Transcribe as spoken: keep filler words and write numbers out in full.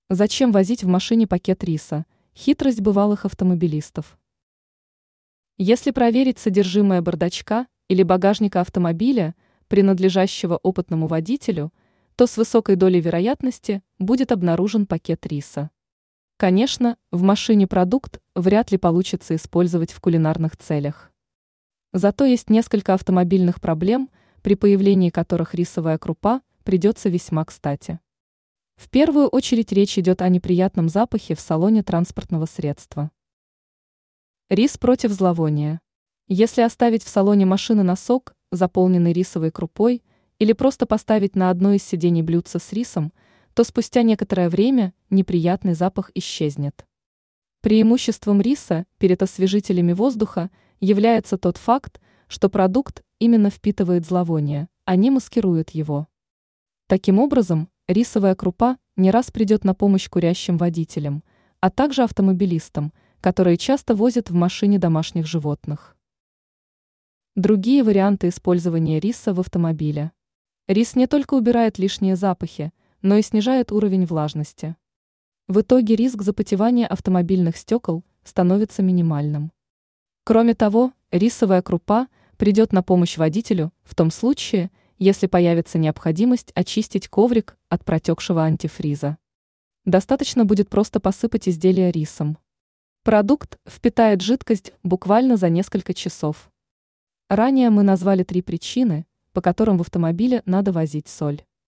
Зачем возить в машине пакет риса? Хитрость бывалых автомобилистов. Если проверить содержимое бардачка или багажника автомобиля, принадлежащего опытному водителю, то с высокой долей вероятности будет обнаружен пакет риса. Конечно, в машине продукт вряд ли получится использовать в кулинарных целях. Зато есть несколько автомобильных проблем, при появлении которых рисовая крупа придется весьма кстати. В первую очередь речь идет о неприятном запахе в салоне транспортного средства. Рис против зловония. Если оставить в салоне машины носок, заполненный рисовой крупой, или просто поставить на одно из сидений блюдце с рисом, то спустя некоторое время неприятный запах исчезнет. Преимуществом риса перед освежителями воздуха является тот факт, что продукт именно впитывает зловоние, а не маскирует его. Таким образом, рисовая крупа не раз придет на помощь курящим водителям, а также автомобилистам, которые часто возят в машине домашних животных. Другие варианты использования риса в автомобиле. Рис не только убирает лишние запахи, но и снижает уровень влажности. В итоге риск запотевания автомобильных стекол становится минимальным. Кроме того, рисовая крупа придет на помощь водителю в том случае, если появится необходимость очистить коврик от протекшего антифриза. Достаточно будет просто посыпать изделие рисом. Продукт впитает жидкость буквально за несколько часов. Ранее мы назвали три причины, по которым в автомобиле надо возить соль.